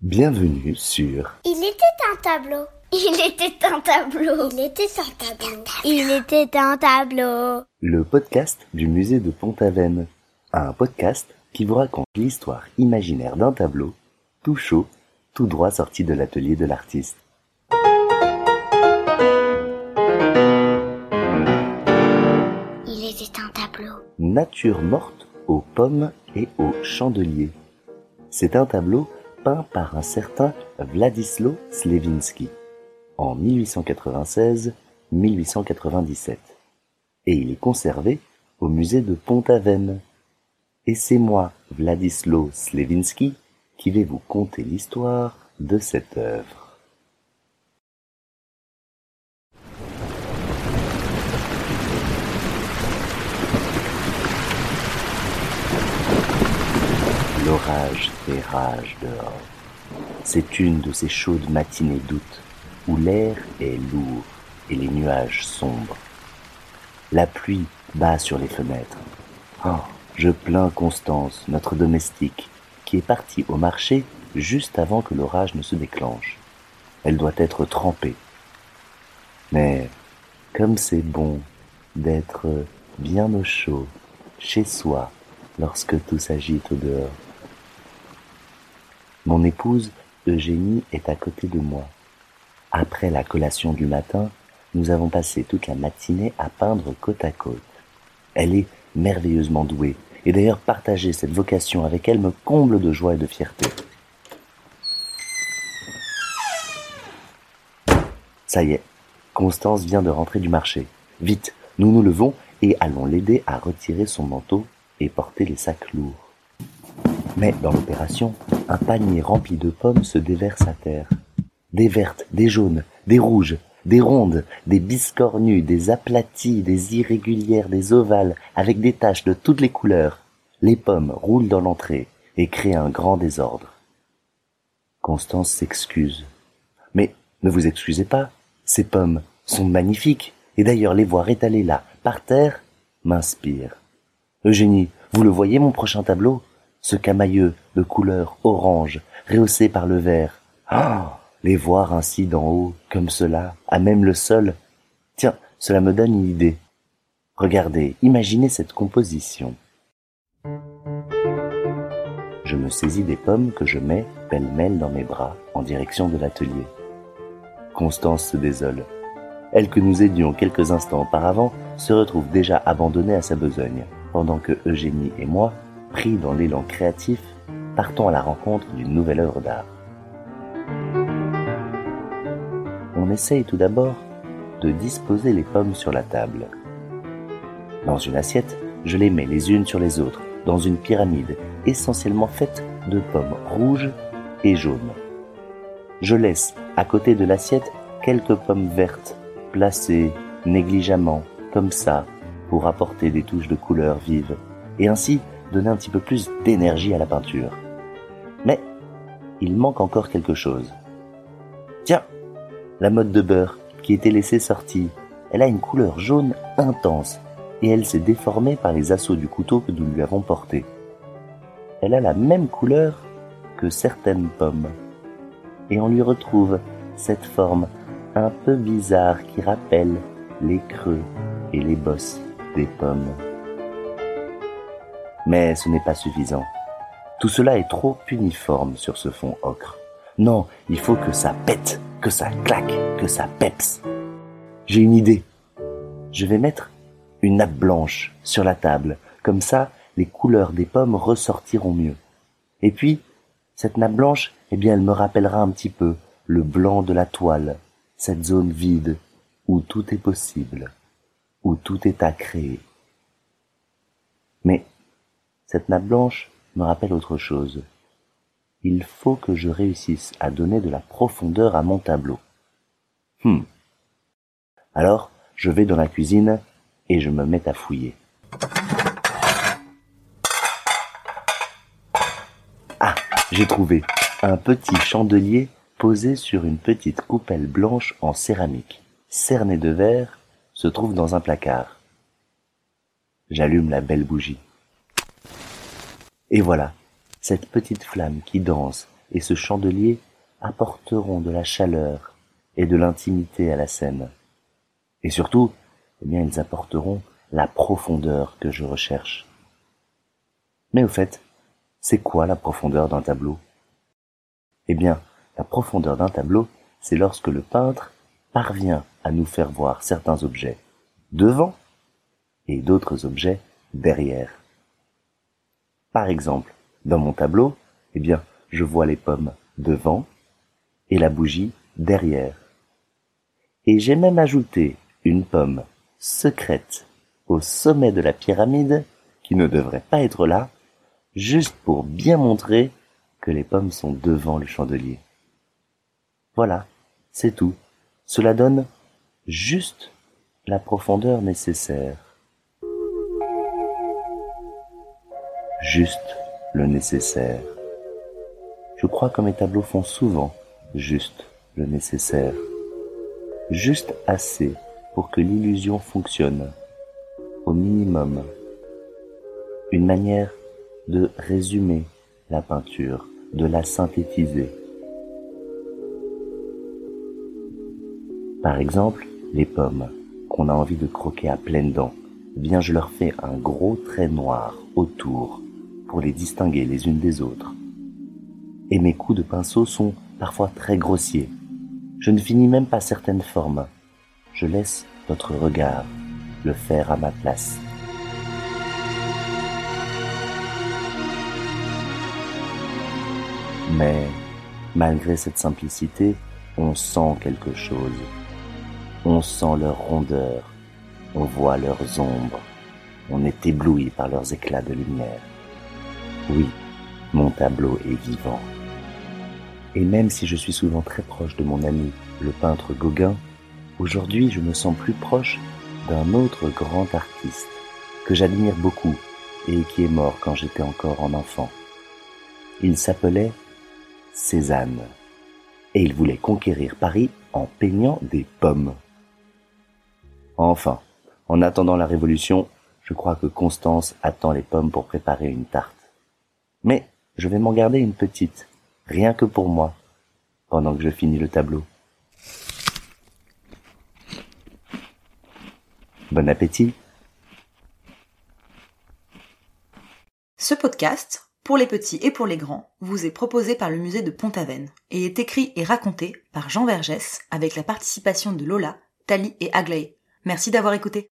Bienvenue sur Il était un tableau. Il était un tableau. Il était un tableau. Il était un tableau. le podcast du musée de Pont-Aven. Un podcast qui vous raconte l'histoire imaginaire d'un tableau, tout chaud, tout droit sorti de l'atelier de l'artiste. Il était un tableau. Nature morte aux pommes et aux chandeliers. C'est un tableau peint par un certain Władysław Ślewiński en 1896-1897 et il est conservé au musée de Pont-Aven. Et c'est moi, Władysław Ślewiński, qui vais vous conter l'histoire de cette œuvre. L'orage fait rage dehors. C'est une de ces chaudes matinées d'août où l'air est lourd et les nuages sombres. La pluie bat sur les fenêtres. Oh, je plains Constance, notre domestique, qui est partie au marché juste avant que l'orage ne se déclenche. Elle doit être trempée. Mais comme c'est bon d'être bien au chaud, chez soi, lorsque tout s'agite au dehors. Mon épouse, Eugénie, est à côté de moi. Après la collation du matin, nous avons passé toute la matinée à peindre côte à côte. Elle est merveilleusement douée, et d'ailleurs partager cette vocation avec elle me comble de joie et de fierté. Ça y est, Constance vient de rentrer du marché. Vite, nous nous levons et allons l'aider à retirer son manteau et porter les sacs lourds. Mais dans l'opération, un panier rempli de pommes se déverse à terre. Des vertes, des jaunes, des rouges, des rondes, des biscornues, des aplaties, des irrégulières, des ovales, avec des taches de toutes les couleurs. Les pommes roulent dans l'entrée et créent un grand désordre. Constance s'excuse. Mais ne vous excusez pas, ces pommes sont magnifiques, et d'ailleurs les voir étalées là, par terre, m'inspire. Eugénie, vous le voyez mon prochain tableau ? Ce camailleux de couleur orange, rehaussé par le vert. Ah, les voir ainsi d'en haut, comme cela, à même le sol. Tiens, cela me donne une idée. Regardez, imaginez cette composition. Je me saisis des pommes que je mets pêle-mêle dans mes bras en direction de l'atelier. Constance se désole. Elle que nous aidions quelques instants auparavant se retrouve déjà abandonnée à sa besogne, pendant que Eugénie et moi, pris dans l'élan créatif, partons à la rencontre d'une nouvelle œuvre d'art. On essaye tout d'abord de disposer les pommes sur la table. Dans une assiette, je les mets les unes sur les autres, dans une pyramide essentiellement faite de pommes rouges et jaunes. Je laisse à côté de l'assiette quelques pommes vertes, placées négligemment, comme ça, pour apporter des touches de couleurs vives, et ainsi donner un petit peu plus d'énergie à la peinture. Mais il manque encore quelque chose. Tiens, la motte de beurre qui était laissée sortie, elle a une couleur jaune intense et elle s'est déformée par les assauts du couteau que nous lui avons porté. Elle a la même couleur que certaines pommes et on lui retrouve cette forme un peu bizarre qui rappelle les creux et les bosses des pommes. Mais ce n'est pas suffisant. Tout cela est trop uniforme sur ce fond ocre. Non, il faut que ça pète, que ça claque, que ça pepse. J'ai une idée. Je vais mettre une nappe blanche sur la table. Comme ça, les couleurs des pommes ressortiront mieux. Et puis, cette nappe blanche, eh bien, elle me rappellera un petit peu le blanc de la toile, cette zone vide où tout est possible, où tout est à créer. Mais cette nappe blanche me rappelle autre chose. Il faut que je réussisse à donner de la profondeur à mon tableau. Alors, je vais dans la cuisine et je me mets à fouiller. Ah, j'ai trouvé un petit chandelier posé sur une petite coupelle blanche en céramique, cernée de verre, se trouve dans un placard. J'allume la belle bougie. Et voilà, cette petite flamme qui danse et ce chandelier apporteront de la chaleur et de l'intimité à la scène. Et surtout, ils apporteront la profondeur que je recherche. Mais au fait, c'est quoi la profondeur d'un tableau ? La profondeur d'un tableau, c'est lorsque le peintre parvient à nous faire voir certains objets devant et d'autres objets derrière. Par exemple, dans mon tableau, je vois les pommes devant et la bougie derrière. Et j'ai même ajouté une pomme secrète au sommet de la pyramide qui ne devrait pas être là, juste pour bien montrer que les pommes sont devant le chandelier. Voilà, c'est tout. Cela donne juste la profondeur nécessaire. Juste le nécessaire. Je crois que mes tableaux font souvent juste le nécessaire. Juste assez pour que l'illusion fonctionne, au minimum. Une manière de résumer la peinture, de la synthétiser. Par exemple, les pommes qu'on a envie de croquer à pleines dents, je leur fais un gros trait noir autour pour les distinguer les unes des autres. Et mes coups de pinceau sont parfois très grossiers. Je ne finis même pas certaines formes. Je laisse votre regard le faire à ma place. Mais malgré cette simplicité, on sent quelque chose. On sent leur rondeur, on voit leurs ombres, on est ébloui par leurs éclats de lumière. Oui, mon tableau est vivant. Et même si je suis souvent très proche de mon ami, le peintre Gauguin, aujourd'hui je me sens plus proche d'un autre grand artiste que j'admire beaucoup et qui est mort quand j'étais encore en enfant. Il s'appelait Cézanne et il voulait conquérir Paris en peignant des pommes. Enfin, en attendant la Révolution, je crois que Constance attend les pommes pour préparer une tarte. Mais je vais m'en garder une petite, rien que pour moi, pendant que je finis le tableau. Bon appétit! Ce podcast, pour les petits et pour les grands, vous est proposé par le musée de Pont-Aven et est écrit et raconté par Jean Vergès avec la participation de Lola, Tali et Aglaé. Merci d'avoir écouté.